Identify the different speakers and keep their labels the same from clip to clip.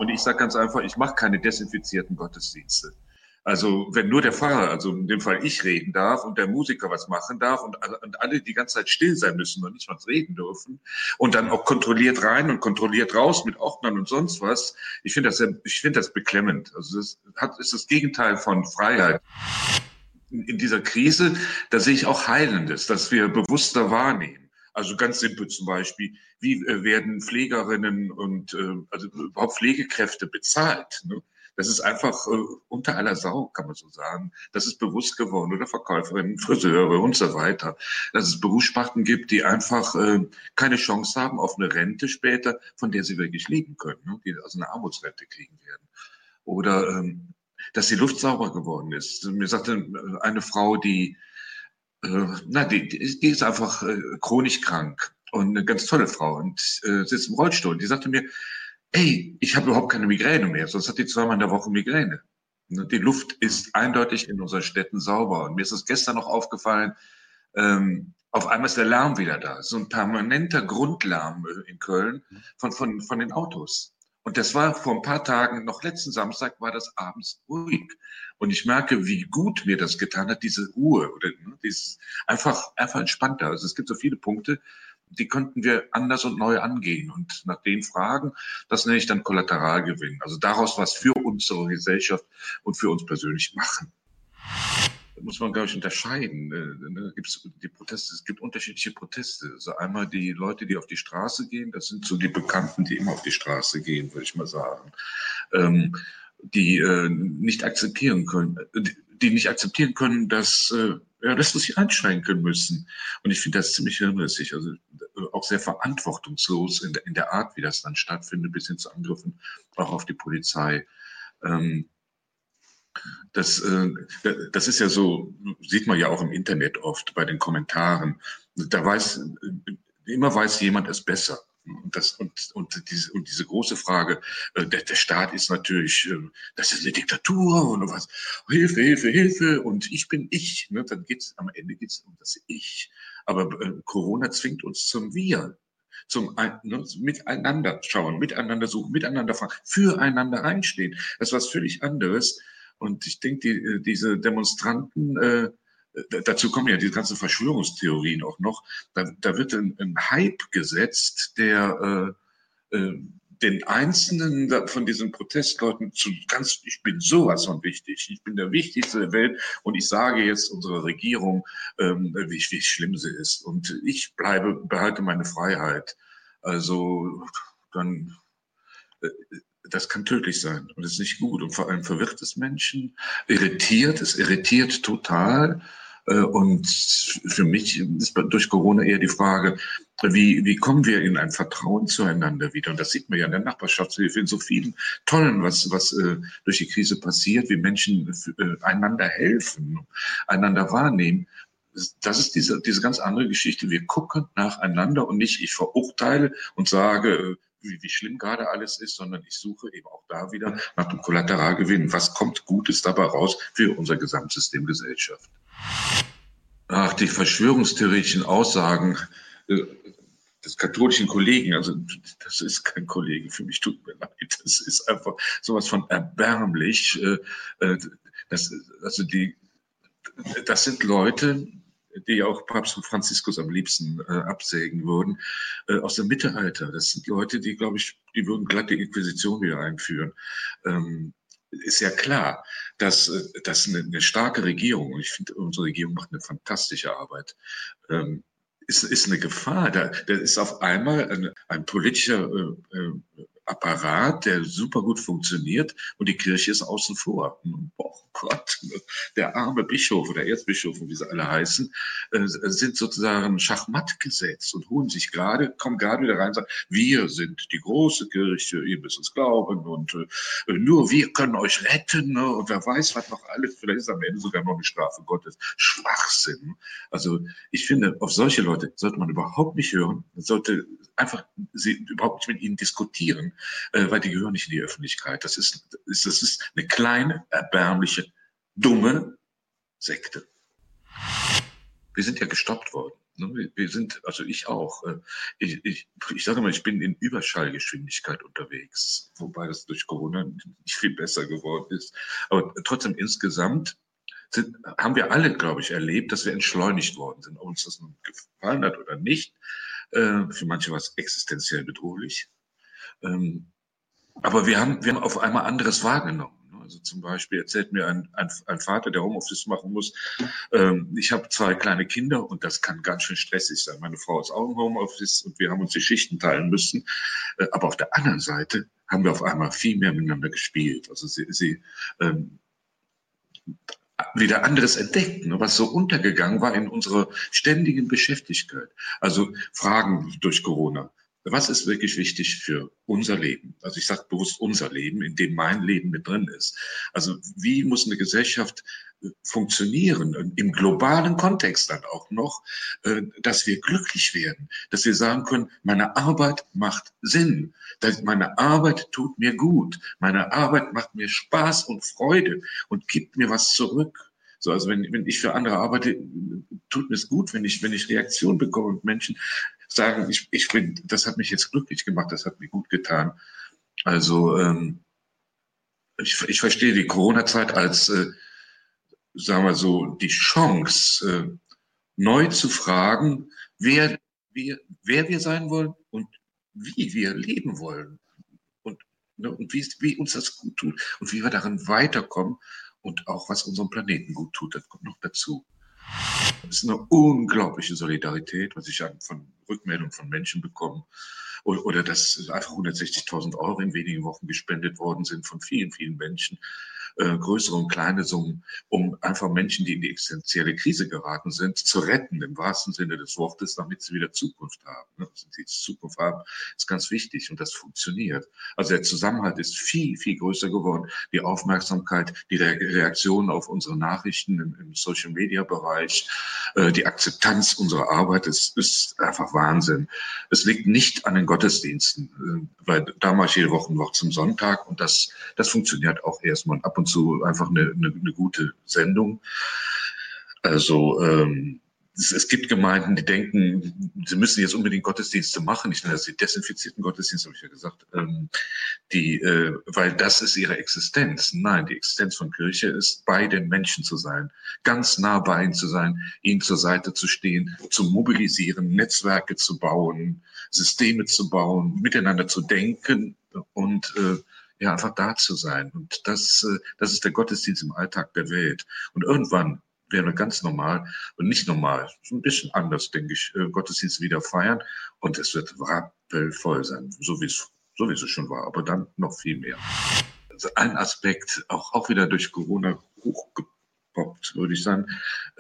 Speaker 1: Und ich sage ganz einfach, ich mache keine desinfizierten Gottesdienste. Also wenn nur der Pfarrer, also in dem Fall ich reden darf und der Musiker was machen darf und alle die ganze Zeit still sein müssen und nicht was reden dürfen und dann auch kontrolliert rein und kontrolliert raus mit Ordnern und sonst was, ich finde das beklemmend. Also ist das Gegenteil von Freiheit. In dieser Krise, da sehe ich auch Heilendes, dass wir bewusster wahrnehmen. Also ganz simpel zum Beispiel, wie werden Pflegerinnen und also überhaupt Pflegekräfte bezahlt? Ne? Das ist einfach unter aller Sau, kann man so sagen. Das ist bewusst geworden. Oder Verkäuferinnen, Friseure und so weiter. Dass es Berufssparten gibt, die einfach keine Chance haben auf eine Rente später, von der sie wirklich leben können, ne? Die also eine Armutsrente kriegen werden. Oder dass die Luft sauber geworden ist. Mir sagte eine Frau, die ist einfach chronisch krank und eine ganz tolle Frau und sitzt im Rollstuhl. Die sagte mir, ey, ich habe überhaupt keine Migräne mehr, sonst hat die zweimal in der Woche Migräne. Die Luft ist eindeutig in unseren Städten sauber. Und mir ist es gestern noch aufgefallen, auf einmal ist der Lärm wieder da. So ein permanenter Grundlärm in Köln von den Autos. Und das war vor ein paar Tagen, noch letzten Samstag war das abends ruhig. Und ich merke, wie gut mir das getan hat, diese Ruhe oder dieses einfach entspannter. Also es gibt so viele Punkte, die könnten wir anders und neu angehen und nach den Fragen, das nenne ich dann Kollateralgewinn. Also daraus was für unsere Gesellschaft und für uns persönlich machen. Da muss man, glaube ich, unterscheiden. Da gibt's die Proteste, es gibt unterschiedliche Proteste. Also einmal die Leute, die auf die Straße gehen, das sind so die Bekannten, die immer auf die Straße gehen, würde ich mal sagen. Die nicht akzeptieren können, dass wir sich einschränken müssen. Und ich finde das ziemlich hirnrissig, also auch sehr verantwortungslos in der Art, wie das dann stattfindet, bis hin zu Angriffen auch auf die Polizei. Das, das ist ja so, sieht man ja auch im Internet oft bei den Kommentaren. Immer weiß jemand es besser. Und diese große Frage, der Staat ist natürlich, das ist eine Diktatur und was, Hilfe, Hilfe, Hilfe und ich bin ich. Ne? Am Ende geht's um das Ich. Aber Corona zwingt uns zum Wir. Miteinander schauen, miteinander suchen, miteinander fragen, füreinander einstehen. Das ist was völlig anderes. Und ich denke, diese Demonstranten, dazu kommen ja die ganzen Verschwörungstheorien auch noch, da wird ein Hype gesetzt, der den Einzelnen von diesen Protestleuten ich bin sowas von wichtig, ich bin der Wichtigste der Welt und ich sage jetzt unserer Regierung, wie schlimm sie ist und ich behalte meine Freiheit. Also dann das kann tödlich sein und das ist nicht gut. Und vor allem verwirrt es Menschen, es irritiert total. Und für mich ist durch Corona eher die Frage, wie kommen wir in ein Vertrauen zueinander wieder? Und das sieht man ja in der Nachbarschaftshilfe, in so vielen Tollen, was durch die Krise passiert, wie Menschen einander helfen, einander wahrnehmen. Das ist diese ganz andere Geschichte. Wir gucken nacheinander und nicht ich verurteile und sage, wie schlimm gerade alles ist, sondern ich suche eben auch da wieder nach dem Kollateralgewinn. Was kommt Gutes dabei raus für unser Gesamtsystem Gesellschaft? Ach, die verschwörungstheoretischen Aussagen des katholischen Kollegen, also das ist kein Kollege für mich, tut mir leid. Das ist einfach sowas von erbärmlich. Das, also das sind Leute, die auch Papst Franziskus am liebsten absägen würden, aus dem Mittelalter. Das sind Leute, die, glaube ich, die würden glatt die Inquisition wieder einführen. Ist ja klar, dass eine starke Regierung, und ich finde, unsere Regierung macht eine fantastische Arbeit, ist eine Gefahr. Da ist auf einmal ein politischer Apparat, der super gut funktioniert und die Kirche ist außen vor. Oh Gott, der arme Bischof oder Erzbischof, wie sie alle heißen, sind sozusagen schachmatt gesetzt und kommen gerade wieder rein und sagen, wir sind die große Kirche, ihr müsst uns glauben und nur wir können euch retten, ne? Und wer weiß, was noch alles, vielleicht ist am Ende sogar noch eine Strafe Gottes. Schwachsinn. Also ich finde, auf solche Leute sollte man überhaupt nicht hören, man sollte einfach überhaupt nicht mit ihnen diskutieren, weil die gehören nicht in die Öffentlichkeit. Das ist eine kleine, erbärmliche, dumme Sekte. Wir sind ja gestoppt worden. Ne, wir sind, also ich auch. Ich sage mal, ich bin in Überschallgeschwindigkeit unterwegs, wobei das durch Corona nicht viel besser geworden ist. Aber trotzdem insgesamt haben wir alle, glaube ich, erlebt, dass wir entschleunigt worden sind. Ob uns das nun gefallen hat oder nicht. Für manche war es existenziell bedrohlich. Ähm, aber wir haben auf einmal anderes wahrgenommen. Also zum Beispiel erzählt mir ein Vater, der Homeoffice machen muss, ich habe 2 kleine Kinder und das kann ganz schön stressig sein. Meine Frau ist auch im Homeoffice und wir haben uns die Schichten teilen müssen. Aber auf der anderen Seite haben wir auf einmal viel mehr miteinander gespielt. Also sie wieder anderes entdeckt, ne, was so untergegangen war in unserer ständigen Beschäftigkeit. Also Fragen durch Corona. Was ist wirklich wichtig für unser Leben? Also ich sage bewusst unser Leben, in dem mein Leben mit drin ist. Also wie muss eine Gesellschaft funktionieren, im globalen Kontext dann auch noch, dass wir glücklich werden, dass wir sagen können, meine Arbeit macht Sinn, meine Arbeit tut mir gut, meine Arbeit macht mir Spaß und Freude und gibt mir was zurück. So, also wenn ich für andere arbeite, tut mir es gut, wenn ich Reaktion bekomme und Menschen sagen, das hat mich jetzt glücklich gemacht, das hat mir gut getan. Also ich verstehe die Corona-Zeit als, sagen wir so, die Chance, neu zu fragen, wer wir sein wollen und wie wir leben wollen und, ne, und wie uns das gut tut und wie wir darin weiterkommen und auch was unserem Planeten gut tut. Das kommt noch dazu. Es ist eine unglaubliche Solidarität, was ich von Rückmeldungen von Menschen bekomme. Oder dass einfach 160.000 Euro in wenigen Wochen gespendet worden sind von vielen, vielen Menschen, größere und kleine Summen, um einfach Menschen, die in die existenzielle Krise geraten sind, zu retten, im wahrsten Sinne des Wortes, damit sie wieder Zukunft haben. Dass sie Zukunft haben, ist ganz wichtig und das funktioniert. Also der Zusammenhalt ist viel, viel größer geworden. Die Aufmerksamkeit, die Reaktion auf unsere Nachrichten im Social-Media-Bereich, die Akzeptanz unserer Arbeit ist einfach Wahnsinn. Es liegt nicht an den Gottesdiensten, weil da mache ich jede Woche noch zum Sonntag und das funktioniert auch erstmal. Ab und zu einfach eine gute Sendung. Also es gibt Gemeinden, die denken, sie müssen jetzt unbedingt Gottesdienste machen. Ich nenne das die desinfizierten Gottesdienste, habe ich ja gesagt. Weil das ist ihre Existenz. Nein, die Existenz von Kirche ist, bei den Menschen zu sein, ganz nah bei ihnen zu sein, ihnen zur Seite zu stehen, zu mobilisieren, Netzwerke zu bauen, Systeme zu bauen, miteinander zu denken und ja, einfach da zu sein. Und das ist der Gottesdienst im Alltag der Welt. Und irgendwann werden wir ganz normal und nicht normal, so ein bisschen anders, denke ich, Gottesdienst wieder feiern. Und es wird rappelvoll sein, so wie es schon war, aber dann noch viel mehr. Also ein Aspekt, auch wieder durch Corona hochgepoppt, würde ich sagen,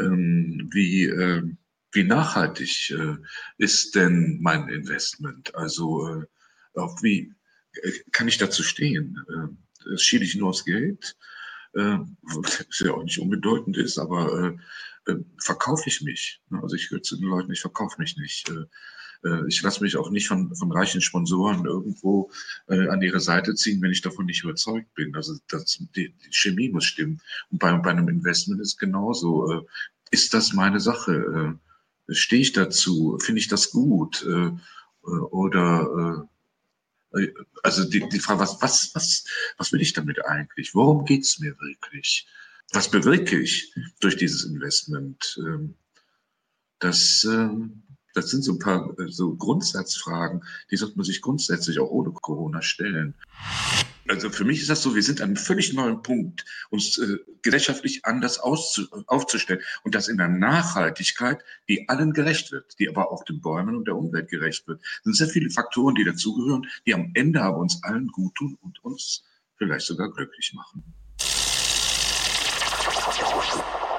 Speaker 1: wie nachhaltig ist denn mein Investment? Also auch wie kann ich dazu stehen? Schiele ich nur aufs Geld? Was ja auch nicht unbedeutend ist, aber verkaufe ich mich? Also ich gehöre zu den Leuten, ich verkaufe mich nicht. Ich lasse mich auch nicht von reichen Sponsoren irgendwo an ihre Seite ziehen, wenn ich davon nicht überzeugt bin. Also die Chemie muss stimmen. Und bei einem Investment ist genauso. Ist das meine Sache? Stehe ich dazu? Finde ich das gut? Oder also die Frage, was will ich damit eigentlich? Worum geht's mir wirklich? Was bewirke ich durch dieses Investment? Das, das sind so ein paar so Grundsatzfragen, die sollte man sich grundsätzlich auch ohne Corona stellen. Also für mich ist das so, wir sind an einem völlig neuen Punkt, uns gesellschaftlich anders aufzustellen und das in einer Nachhaltigkeit, die allen gerecht wird, die aber auch den Bäumen und der Umwelt gerecht wird. Es sind sehr viele Faktoren, die dazugehören, die am Ende aber uns allen gut tun und uns vielleicht sogar glücklich machen.